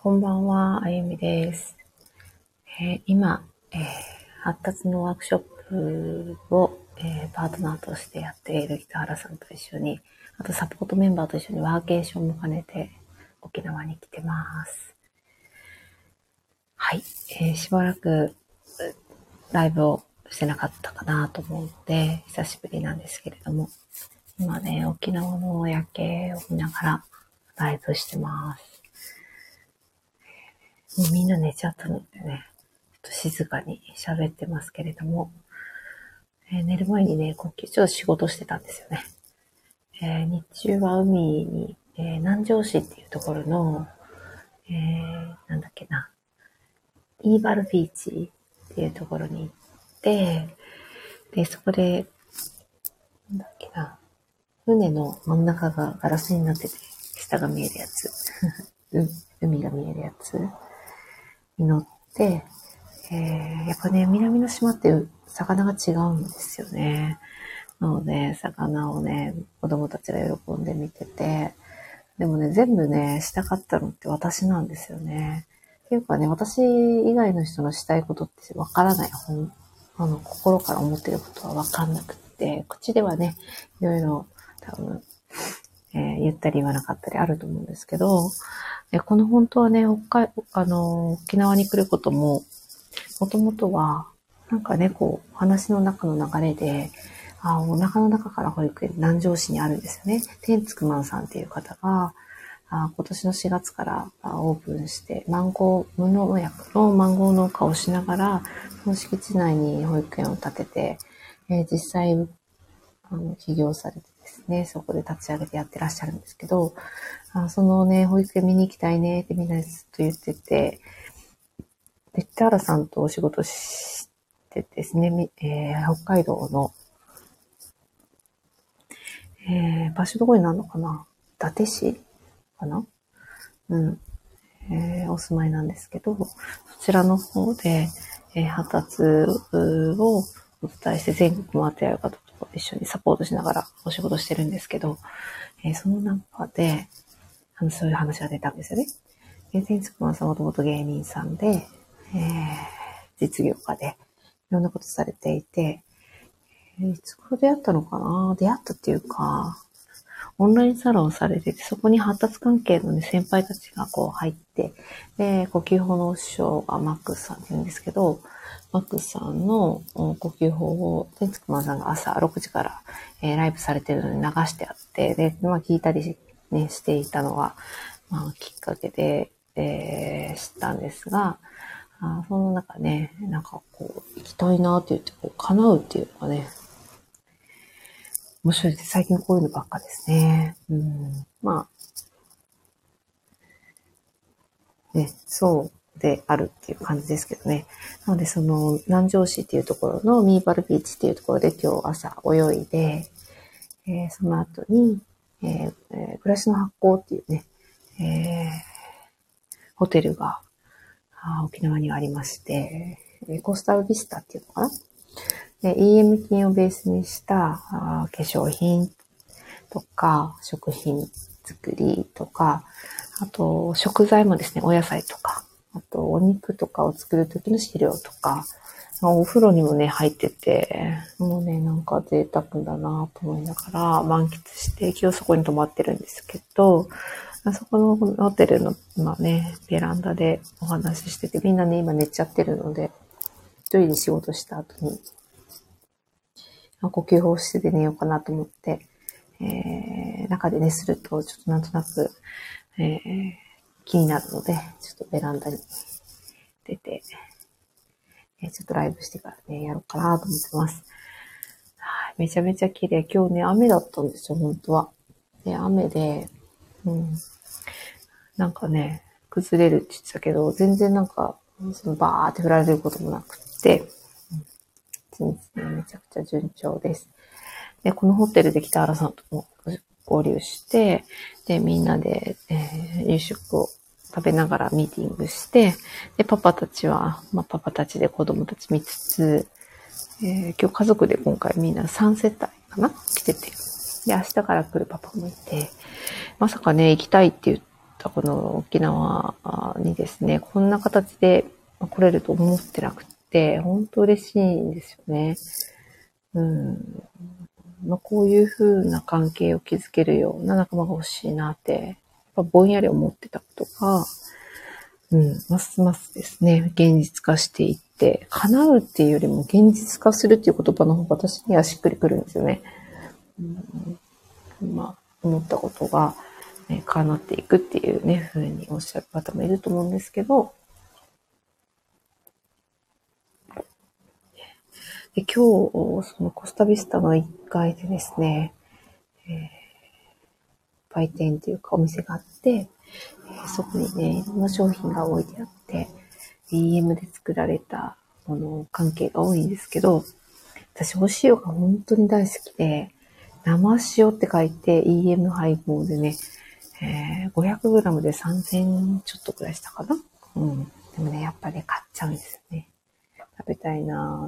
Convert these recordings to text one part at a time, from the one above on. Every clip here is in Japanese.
こんばんは、あゆみです。今、発達のワークショップを、パートナーとしてやっている北原さんと一緒に、あとサポートメンバーと一緒にワーケーションも兼ねて沖縄に来てます。はい、しばらくライブをしてなかったかなと思うので、久しぶりなんですけれども、今ね、沖縄の夜景を見ながらライブしてます。もうみんな寝ちゃったのでね、ちょっと静かに喋ってますけれども、寝る前にね、ちょっと仕事してたんですよね。日中は海に、南城市っていうところの、なんだっけな、イーバルビーチっていうところに行って、で、そこで、なんだっけな、船の真ん中がガラスになってて、下が見えるやつ、海が見えるやつに乗って、やっぱね、南の島って魚が違うんですよね。なので、魚をね、子供たちが喜んで見てて、でもね、全部ね、したかったのって私なんですよね。っていうかね、私以外の人のしたいことってわからない。心から思ってることはわかんなくって、口ではね、いろいろ多分、言ったり言わなかったりあると思うんですけど、この本当はね、沖縄に来ることも、もともとは、なんかね、話の中の流れで、お腹の中から保育園、南城市にあるんですよね。天竺マンさんっていう方が、今年の4月からオープンして、無農薬のマンゴー農家をしながら、その敷地内に保育園を建てて、実際、起業されてですね、そこで立ち上げてやってらっしゃるんですけど、そのね、保育園見に行きたいねってみんなでずっと言ってて、で、北原さんとお仕事してですね、北海道の、場所どこになるのかな、伊達市かな、うん。お住まいなんですけど、そちらの方で、発達をお伝えして全国回ってやる方と一緒にサポートしながらお仕事してるんですけど、その中で、そういう話が出たんですよね。天竺マンさんはもともと芸人さんで、実業家で、いろんなことされていて、いつ頃出会ったのかな、出会ったっていうか、オンラインサロンをされてて、そこに発達関係のね、先輩たちが入って、で、呼吸法の師匠がマックスさんって言うんですけど、マックスさんの呼吸法を、天竺マンさんが朝6時から、ライブされてるのに流してあって、で、聞いたりね、していたのが、きっかけで、知ったんですが、その中ね、行きたいなって言って、叶うっていうのがね、面白いです。最近こういうのばっかですね。ね、そうであるっていう感じですけどね。なので、その、南城市っていうところのミーバルビーチっていうところで今日朝泳いで、その後に、暮らしの発酵っていうね、ホテルが沖縄にはありまして、コスタルビスタっていうのかな、で、EM 菌をベースにした化粧品とか、食品作りとか、あと食材もですね、お野菜とか、あとお肉とかを作る時の飼料とか、お風呂にもね、入ってて、もうね、贅沢だなと思いながら満喫して、今日そこに泊まってるんですけど、そこのホテルの、ベランダでお話ししてて、みんなね、今寝ちゃってるので、一人で仕事した後に、呼吸法室で寝ようかなと思って、中でね、すると、ちょっとなんとなく、気になるので、ちょっとベランダに出て、ちょっとライブしてからね、やろうかなと思ってます。めちゃめちゃ綺麗。今日ね、雨だったんですよ、本当は。で、雨で、崩れるって言ってたけど、全然そのバーって降られることもなくって、一日ね、めちゃくちゃ順調です。で、このホテルで北原さんとも合流して、で、みんなで、夕食を食べながらミーティングして、で、パパたちは、パパたちで子供たち見つつ、今日家族で今回みんな3世帯かな来てて。で、明日から来るパパもいて、まさかね、行きたいって言ったこの沖縄島にですね、こんな形で来れると思ってなくて、本当嬉しいんですよね。こういう風な関係を築けるような仲間が欲しいなって、やっぱぼんやり思ってたことが、ますますですね、現実化していって、叶うっていうよりも現実化するっていう言葉の方が私にはしっくりくるんですよね。思ったことが、叶っていくっていうね、風におっしゃる方もいると思うんですけど、で今日、そのコスタビスタの1階でですね、売店っていうかお店があって、そこにね、いろんな商品が置いてあって、EM で作られたもの関係が多いんですけど、私お塩が本当に大好きで、生塩って書いて EM 配合でね、500g で3000ちょっとくらいしたかな。でもね、やっぱり買っちゃうんですよね。食べたいな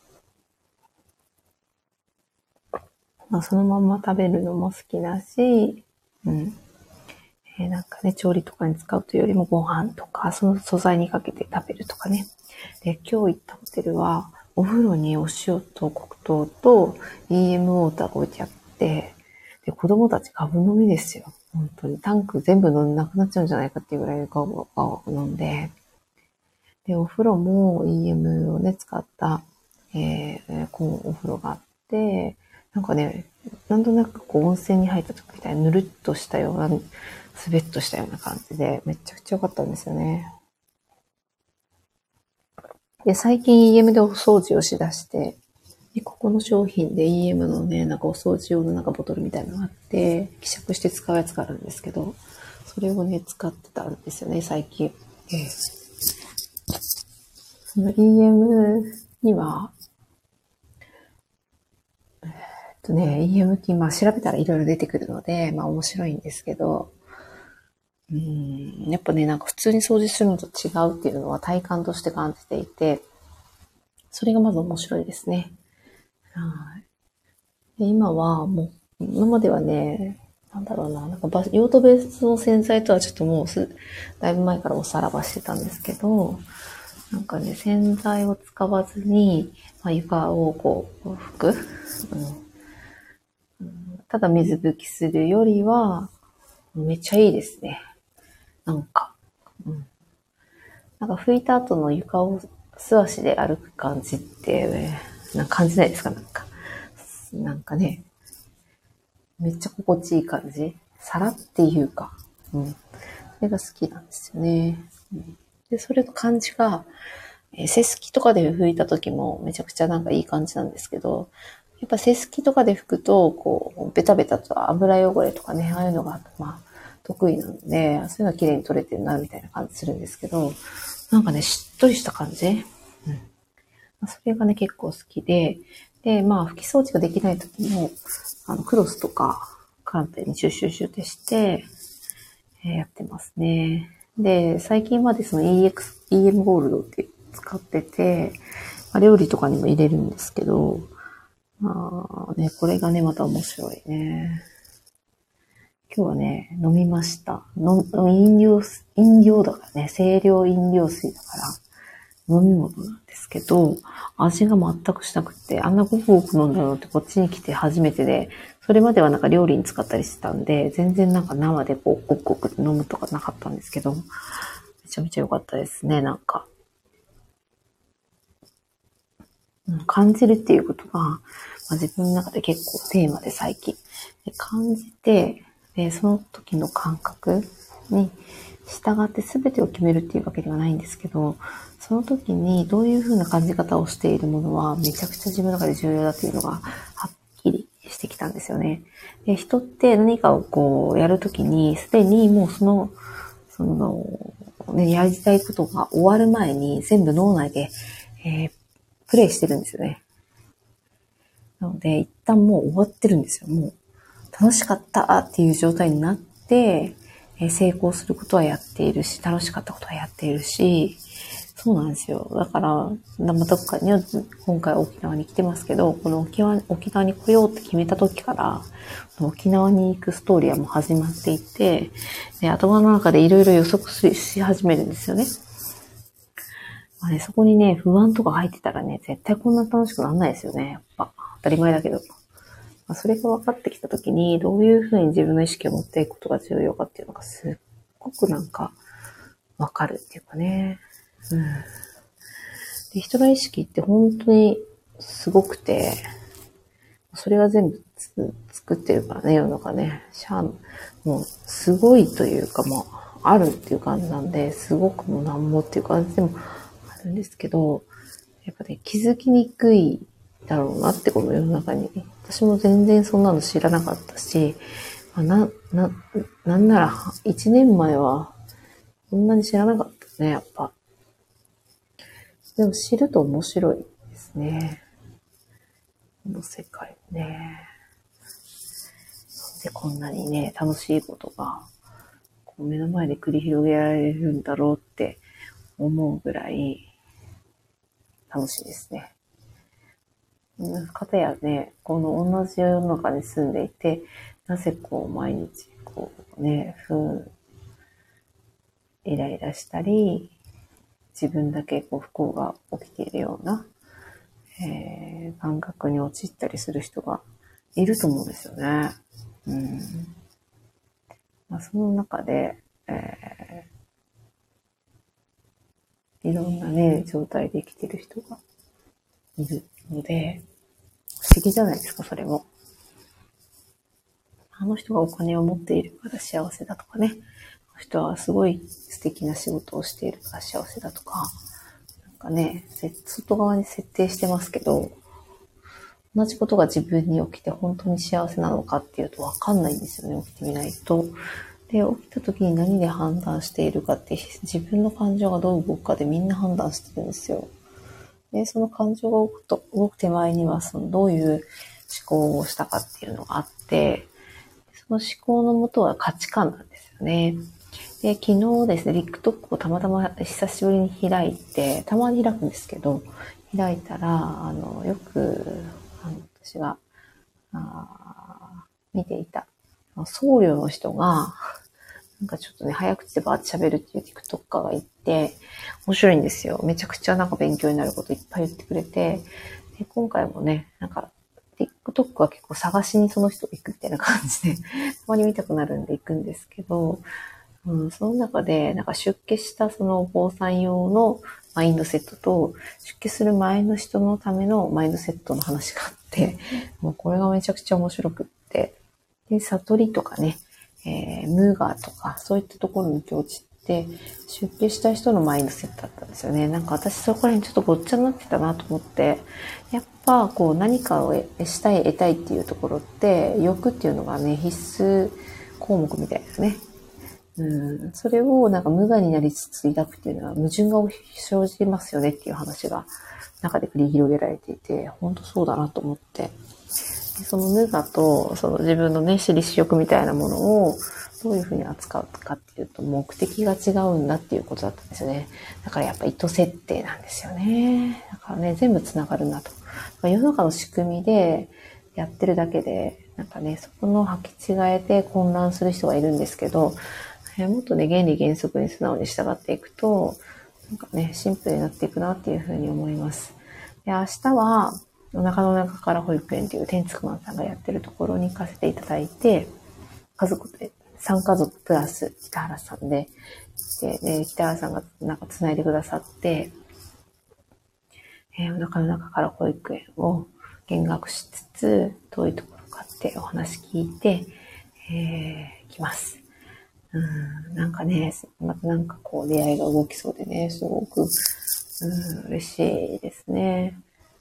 ぁ。そのまま食べるのも好きだし、なんかね、調理とかに使うというよりもご飯とか、その素材にかけて食べるとかね。で、今日行ったホテルは、お風呂にお塩と黒糖と EM ウォーターが置いてあって、で、子供たちガブ飲みですよ。本当に。タンク全部飲んでなくなっちゃうんじゃないかっていうぐらいガブガブ飲んで、で、お風呂も EM をね、使った、こうお風呂があって、なんかね、なんとなくこう温泉に入った時みたいにぬるっとしたような、スベッとしたような感じで、めちゃくちゃ良かったんですよね。で、最近 EM でお掃除をしだして、で、ここの商品で EM のね、なんかお掃除用のなんかボトルみたいなのがあって、希釈して使うやつがあるんですけど、それをね、使ってたんですよね、最近。その EM には、EM って今調べたらいろいろ出てくるので、面白いんですけど、やっぱね、なんか普通に掃除するのと違うっていうのは体感として感じていて、それがまず面白いですね。はい。で今はもう、今まではね、なんだろうな、なんか用途別の洗剤とはちょっともうだいぶ前からおさらばしてたんですけど、なんかね、洗剤を使わずに、床をこう、拭く、ただ水拭きするよりは、めっちゃいいですね。なんか、なんか拭いた後の床を素足で歩く感じって、なんか感じないですか？なんかね、めっちゃ心地いい感じ。さらっていうか、それが好きなんですよね。で、それの感じが、セスキとかで拭いた時もめちゃくちゃなんかいい感じなんですけど、やっぱセスキとかで拭くと、こう、ベタベタと油汚れとかね、ああいうのが、得意なので、そういうのは綺麗に取れてるな、みたいな感じするんですけど、なんかね、しっとりした感じ、それがね、結構好きで、で、拭き掃除ができない時も、クロスとか、カーテンにシュッシュッシュってして、やってますね。で、最近までその EM ゴールドって使ってて、料理とかにも入れるんですけど、これがね、また面白いね。今日はね、飲みました。飲料だからね、清涼飲料水だから、飲み物なんですけど、味が全くしなくて、あんなごくごく飲んだのってこっちに来て初めてで、それまではなんか料理に使ったりしてたんで、全然なんか生でこう、ごくごく飲むとかなかったんですけど、めちゃめちゃ良かったですね、なんか。感じるっていうことが、自分の中で結構テーマで最近。で感じてで、その時の感覚に従って全てを決めるっていうわけではないんですけど、その時にどういう風な感じ方をしているものはめちゃくちゃ自分の中で重要だっていうのがはっきりしてきたんですよね。で、人って何かをこうやるときにすでにもうやりたいことが終わる前に全部脳内で、プレイしてるんですよね。なので、一旦もう終わってるんですよ。もう、楽しかったっていう状態になって、 成功することはやっているし、楽しかったことはやっているし、そうなんですよ。だから、どっかに、今回沖縄に来てますけど、この沖縄に来ようって決めた時から、沖縄に行くストーリーはもう始まっていて、で頭の中でいろいろ予測し始めるんですよね。まあね、そこにね、不安とか入ってたらね、絶対こんな楽しくならないですよね。やっぱ、当たり前だけど。まあ、それが分かってきたときに、どういうふうに自分の意識を持っていくことが重要かっていうのがすっごくなんか分かるっていうかね。で、人の意識って本当にすごくて、それが全部作ってるからね、世の中ね。もうすごいというか、もうあるっていう感じなんで、すごくもうなんもっていう感じでもあるんですけど、やっぱね、気づきにくいだろうなって、この世の中に。私も全然そんなの知らなかったし、なんなら1年前はそんなに知らなかったね、やっぱ。でも知ると面白いですね。この世界ね。なんでこんなにね、楽しいことがこう目の前で繰り広げられるんだろうって思うぐらい楽しいですね。かたやね、この同じ世の中に住んでいて、なぜこう毎日こうね、イライラしたり、自分だけこう不幸が起きているような、感覚に陥ったりする人がいると思うんですよね。まあ、その中で、いろんなね、状態で生きてる人がいるので、不思議じゃないですか、それも。あの人がお金を持っているから幸せだとかね。あの人はすごい素敵な仕事をしているから幸せだとか。なんかね、外側に設定してますけど、同じことが自分に起きて本当に幸せなのかっていうと分かんないんですよね、起きてみないと。で、起きた時に何で判断しているかって、自分の感情がどう動くかでみんな判断してるんですよ。で、その感情が動く手前には、どういう思考をしたかっていうのがあって、その思考のもとは価値観なんですよね。で、昨日ですね、TikTok をたまたま久しぶりに開いて、たまに開くんですけど、開いたら、よく、私が見ていた僧侶の人が、なんかちょっとね、早口でバーって喋るっていう TikToker がいて、面白いんですよ。めちゃくちゃなんか勉強になることいっぱい言ってくれて、で今回もね、なんか TikTok は結構探しにその人行くみたいな感じで、たまに見たくなるんで行くんですけど、その中で、なんか出家したそのお坊さん用のマインドセットと、出家する前の人のためのマインドセットの話があって、もうこれがめちゃくちゃ面白くって、で、悟りとかね、無我とか、そういったところに境地って、出家した人のマインドセットだったんですよね。なんか私そこら辺ちょっとごっちゃになってたなと思って、やっぱこう何かをしたい、得たいっていうところって、欲っていうのがね、必須項目みたいですね。それをなんか無我になりつつ抱くっていうのは矛盾が生じますよねっていう話が中で繰り広げられていて、本当そうだなと思って。でその無我とその自分のね、私利私欲みたいなものをどういうふうに扱うかっていうと目的が違うんだっていうことだったんですよね。だからやっぱ意図設定なんですよね。だからね、全部つながるなと。世の中の仕組みでやってるだけで、なんかね、そこの履き違えて混乱する人がいるんですけど、もっとね、原理原則に素直に従っていくと、なんかね、シンプルになっていくなっていうふうに思います。で、明日は、お腹の中から保育園っていう天竺マンさんがやってるところに行かせていただいて、家族で、3家族プラス北原さんで、で、北原さんがなんか繋いでくださって、お腹の中から保育園を見学しつつ、どういうところかってお話聞いて、来ます。なんかね、またなんかこう出会いが動きそうでね、すごく、嬉しいですね。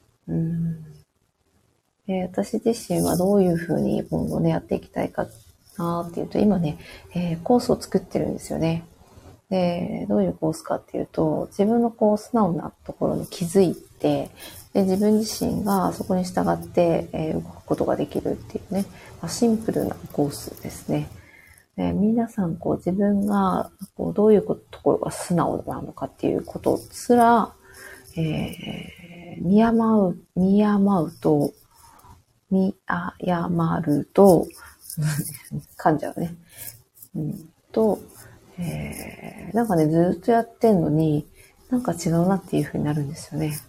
で私自身はどういうふうに今後ね、やっていきたいかなっていうと、今ね、コースを作ってるんですよね。で、どういうコースかっていうと、自分のこう素直なところに気づいて、で自分自身がそこに従って、動くことができるっていうね、シンプルなコースですね。 皆さん自分がどういうところが素直なのかっていうことすら、見誤ると、噛んじゃうね。なんかね、ずっとやってんのに、なんか違うなっていう風になるんですよね。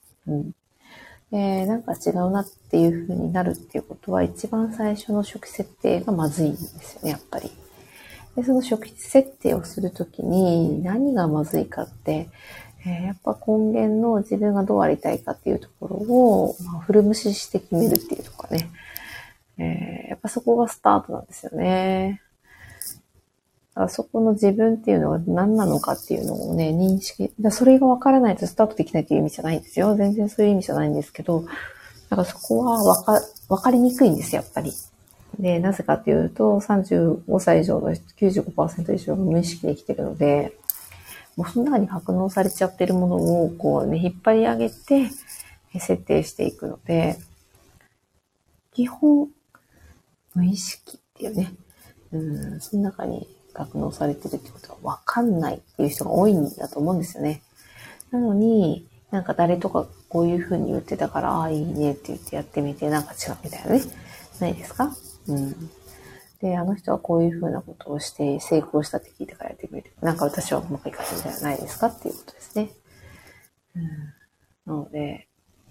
なんか違うなっていう風になるっていうことは、一番最初の初期設定がまずいんですよね、やっぱり。で、その初期設定をするときに何がまずいかって、やっぱ根源の自分がどうありたいかっていうところを、古無視して決めるっていうとかね。やっぱそこがスタートなんですよね。だからそこの自分っていうのが何なのかっていうのをね、認識、それが分からないとスタートできないっていう意味じゃないんですよ。全然そういう意味じゃないんですけど、だからそこは分かりにくいんですよ、やっぱり。で、なぜかっていうと、35歳以上の95% 以上が無意識で生きてるので、もうその中に格納されちゃってるものを引っ張り上げて設定していくので、基本無意識っていうね、その中に格納されてるってことは分かんないっていう人が多いんだと思うんですよね。なのに、なんか誰とかこういう風に言ってたから、ああ、いいねって言ってやってみて、なんか違うみたいなね。ないですか？で、あの人はこういう風なことをして成功したって聞いたからやってみて、なんか私はうまくいかないんじゃないですかっていうことですね。なので、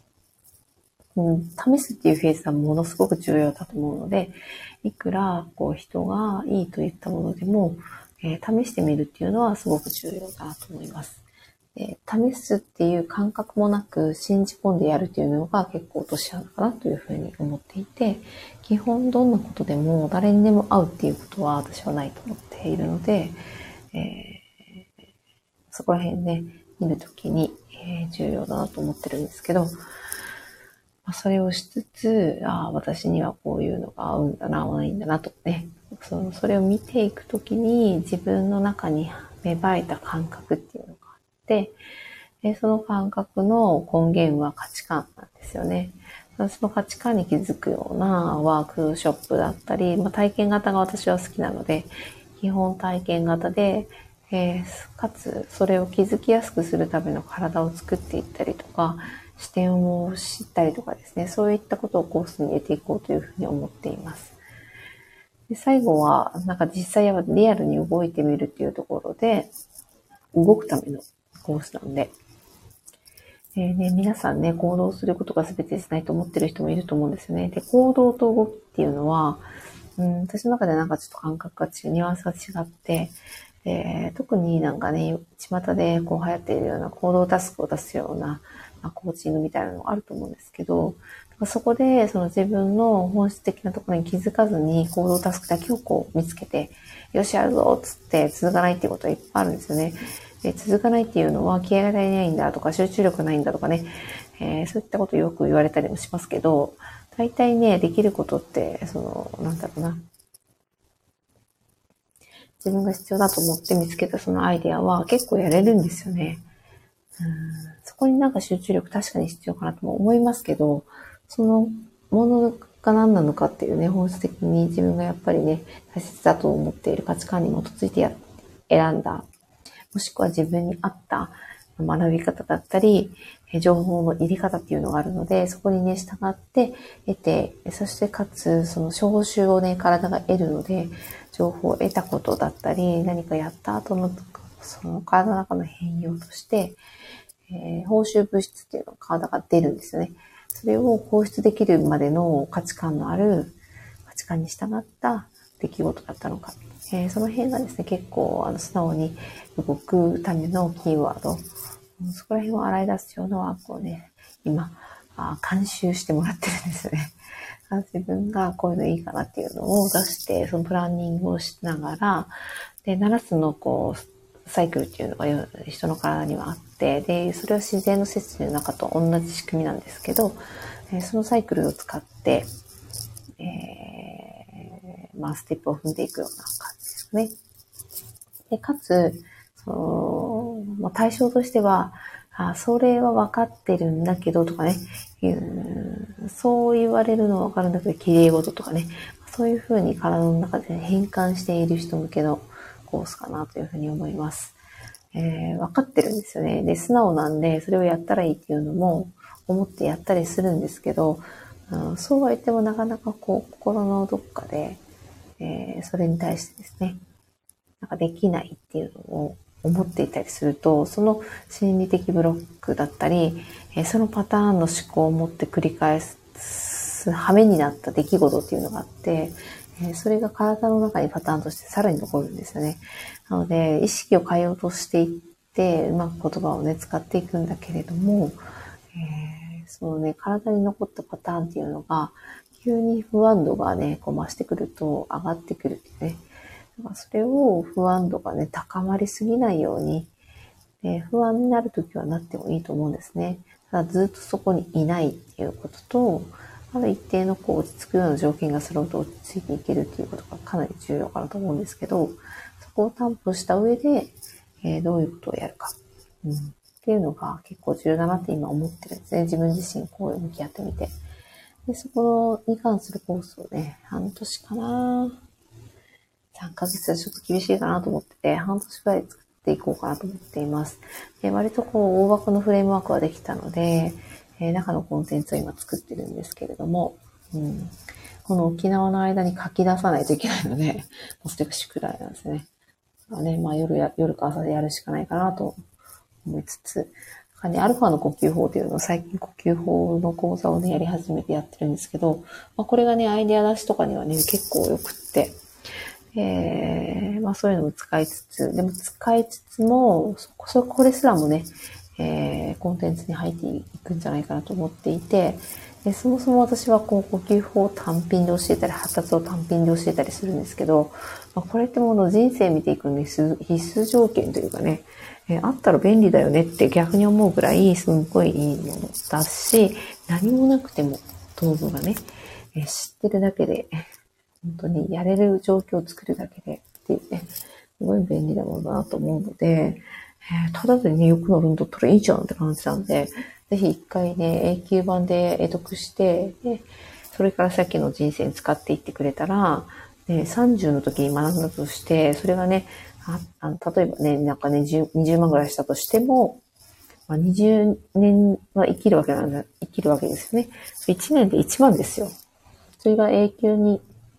試すっていうフェーズはものすごく重要だと思うので、いくら人がいいと言ったものでも、試してみるっていうのはすごく重要だなと思います。試すっていう感覚もなく信じ込んでやるっていうのが結構落とし穴かなというふうに思っていて、基本どんなことでも誰にでも合うっていうことは私はないと思っているので、そこら辺ね、見るときに、重要だなと思ってるんですけど、それをしつつ、私にはこういうのが合うんだな、合わないんだなとかね、それを見ていくときに自分の中に芽生えた感覚っていうのがあって、その感覚の根源は価値観なんですよね。その価値観に気づくようなワークショップだったり、体験型が私は好きなので、基本体験型で、かつそれを気づきやすくするための体を作っていったりとか、視点を知ったりとかですね、そういったことをコースに入れていこうというふうに思っています。で、最後は、なんか実際はリアルに動いてみるっていうところで、動くためのコースなんで、皆さんね、行動することが全てじゃないと思ってる人もいると思うんですよね。で、行動と動きっていうのは、私の中でなんかちょっと感覚がニュアンスが違って、特になんかね、巷で流行っているような行動タスクを出すような、コーチングみたいなのがあると思うんですけど、そこでその自分の本質的なところに気づかずに行動タスクだけを見つけて、よしやるぞっつって続かないっていうことがいっぱいあるんですよね。で、続かないっていうのは気合が足りないんだとか集中力ないんだとかね、そういったことをよく言われたりもしますけど、大体ね、できることって、なんだろうな。自分が必要だと思って見つけたそのアイデアは結構やれるんですよね。そこになんか集中力確かに必要かなとも思いますけど、そのものが何なのかっていうね、本質的に自分がやっぱりね、大切だと思っている価値観に基づいて選んだ、もしくは自分に合った学び方だったり、情報の入り方っていうのがあるので、そこにね、従って得て、そしてかつ、その報酬をね、体が得るので、情報を得たことだったり、何かやった後の、その体の中の変容として、報酬物質っていうのが体が出るんですよね。それを放出できるまでの価値観のある、価値観に従った出来事だったのか。その辺がですね、結構素直に動くためのキーワード、そこら辺を洗い出すようなワークをね、今、監修してもらってるんですよね。自分がこういうのいいかなっていうのを出して、そのプランニングをしながら、で、7つのサイクルっていうのが人の体にはあって、で、それは自然の摂理の中と同じ仕組みなんですけど、そのサイクルを使って、ステップを踏んでいくような感じですね。で、かつ、対象としては、それは分かってるんだけどとかね、そう言われるのは分かるんだけど、綺麗事とかね、 そういう風に体の中で変換している人向けのコースかなというふうに思います。分かってるんですよね。で、素直なんで、それをやったらいいっていうのも思ってやったりするんですけど、そうは言ってもなかなか心のどっかで、それに対してですね、なんかできないっていうのを思っていたりすると、その心理的ブロックだったり、そのパターンの思考を持って繰り返す羽目になった出来事っていうのがあって、それが体の中にパターンとしてさらに残るんですよね。なので、意識を変えようとしていって、うまく言葉をね、使っていくんだけれども、そのね、体に残ったパターンっていうのが、急に不安度がね、増してくると上がってくるっていうね。それを不安度がね、高まりすぎないように、不安になるときはなってもいいと思うんですね。ただずっとそこにいないっていうことと、ある一定の落ち着くような条件が揃うと落ち着いていけるっていうことがかなり重要かなと思うんですけど、そこを担保した上で、どういうことをやるか、っていうのが結構重要だなって今思ってるんですね。自分自身こう向き合ってみて。で、そこに関するコースをね、半年かな3ヶ月はちょっと厳しいかなと思ってて、半年くらい作っていこうかなと思っています。で、割と大枠のフレームワークはできたので、中のコンテンツを今作ってるんですけれども、この沖縄の間に書き出さないといけないので、もうそれが宿題なんですね。夜か朝でやるしかないかなと思いつつ、アルファの呼吸法というのを最近呼吸法の講座をね、やり始めてやってるんですけど、これがね、アイデア出しとかにはね、結構良くって、そういうのも使いつつ、でも使いつつも、これすらもね、コンテンツに入っていくんじゃないかなと思っていて、そもそも私は呼吸法を単品で教えたり、発達を単品で教えたりするんですけど、これってもの人生見ていくのに必須条件というかね、あったら便利だよねって逆に思うぐらいすんごいいいものだし、何もなくても道具がね、知ってるだけで、本当にやれる状況を作るだけでっていうね、すごい便利なものだなと思うので、ただでね、よく乗るんだったらいいじゃんって感じなんで、ぜひ一回ね、永久版で得得して、で、それからさっきの人生に使っていってくれたら、30の時に学んだとして、それがね、例えばね、なんかね、20万ぐらいしたとしても、20年は生きるわけですよね。1年で1万ですよ。それが永久に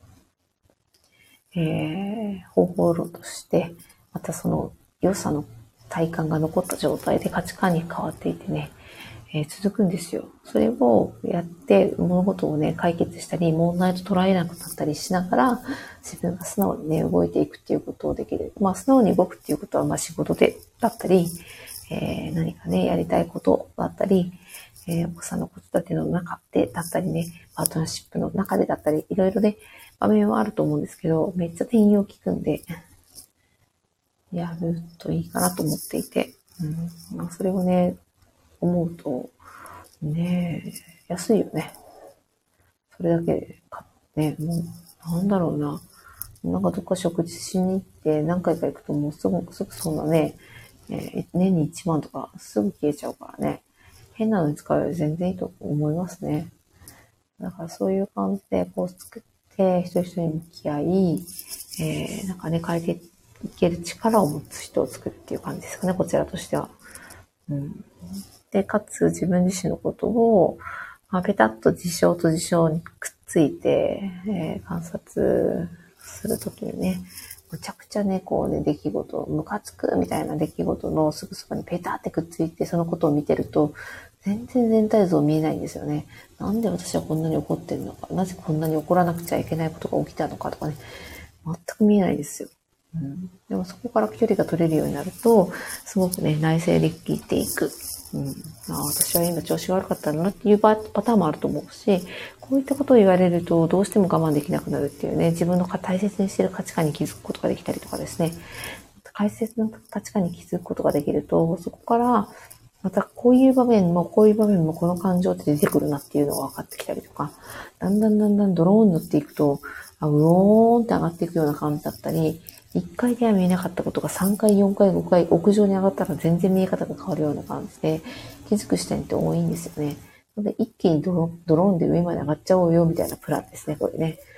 方法論として、またその良さの体感が残った状態で価値観に変わっていてね、続くんですよ。それをやって物事をね、解決したり、問題と捉えなくなったりしながら、自分が素直にね、動いていくっていうことをできる。素直に動くっていうことは、仕事でだったり、何かね、やりたいことだったり、お子さんの子育ての中でだったりね、パートナーシップの中でだったり、いろいろね、場面はあると思うんですけど、めっちゃ転用効くんで、やるといいかなと思っていて、それをね、思うと、ね安いよね。それだけでね、もう、なんだろうな。なんかどっか食事しに行って何回か行くともうすぐそんなね、年に1万とかすぐ消えちゃうからね。変なのに使うより全然いいと思いますね。だからそういう感じで作って、一人一人に向き合い、なんかね、変えていける力を持つ人を作るっていう感じですかね、こちらとしては。で、かつ自分自身のことを、ペタッと事象と事象にくっついて、観察するときにね、むちゃくちゃね、出来事、ムカつくみたいな出来事のすぐそばにペタってくっついて、そのことを見てると、全然全体像見えないんですよね。なんで私はこんなに怒ってるのか、なぜこんなに怒らなくちゃいけないことが起きたのかとかね、全く見えないですよ。でもそこから距離が取れるようになると、すごくね、内省できていく。私は今調子が悪かったんだなっていうパターンもあると思うし、こういったことを言われるとどうしても我慢できなくなるっていうね、自分の大切にしている価値観に気づくことができたりとかですね、大切な価値観に気づくことができると、そこからまたこういう場面もこの感情って出てくるなっていうのが分かってきたりとか、だんだんドローンに乗っていくと、うおーんって上がっていくような感じだったり、1回では見えなかったことが3回、4回、5回屋上に上がったら全然見え方が変わるような感じで気づく視点って多いんですよね。なので一気にドローンで上まで上がっちゃおうよみたいなプランですね、これね。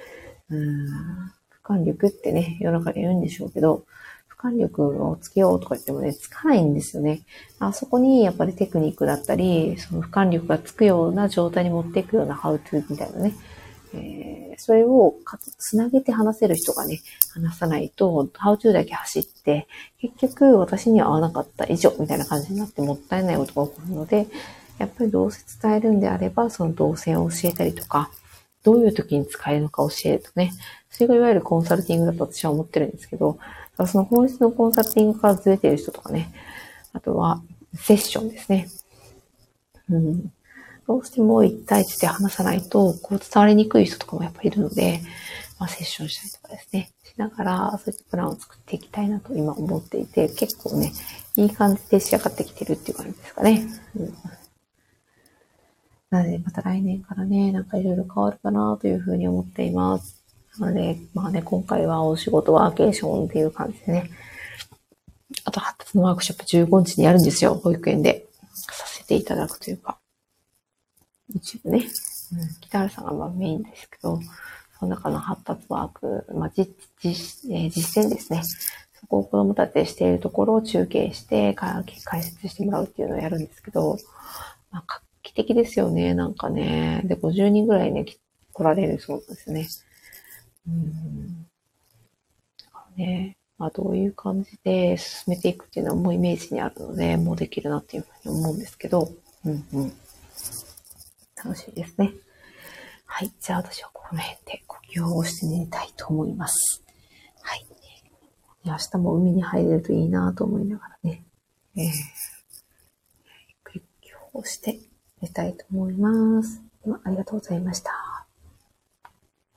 俯瞰力ってね、世の中で言うんでしょうけど、俯瞰力をつけようとか言ってもね、つかないんですよね。あそこにやっぱりテクニックだったり、その俯瞰力がつくような状態に持っていくようなハウトゥーみたいなね。それをつなげて話せる人がね、話さないと、ハウトゥーだけ走って、結局私には合わなかった以上みたいな感じになってもったいないことが起こるので、やっぱりどうせ伝えるんであれば、その動線を教えたりとか、どういう時に使えるのか教えるとね、それがいわゆるコンサルティングだと私は思ってるんですけど、その本質のコンサルティングからずれている人とかね、あとはセッションですね。どうしても1対1で話さないと、こう伝わりにくい人とかもやっぱりいるので、セッションしたりとかですね、しながら、そういったプランを作っていきたいなと今思っていて、結構ね、いい感じで仕上がってきてるっていう感じですかね。なので、また来年からね、なんかいろいろ変わるかなというふうに思っています。なので、今回はお仕事ワーケーションっていう感じでね、あと発達のワークショップ15日にやるんですよ、保育園で。させていただくというか。一部ね。北原さんがメインですけど、その中の発達ワーク、実践ですね。そこを子供たちでしているところを中継して解説してもらうっていうのをやるんですけど、画期的ですよね、なんかね。で、50人ぐらいね、来られるそうですね。だからね、どういう感じで進めていくっていうのはもうイメージにあるので、もうできるなっていうふうに思うんですけど、楽しいですね。はい。じゃあ私はこの辺で呼吸をして寝たいと思います。はい。明日も海に入れるといいなと思いながらね。ゆっくり呼吸をして寝たいと思います。ありがとうございました。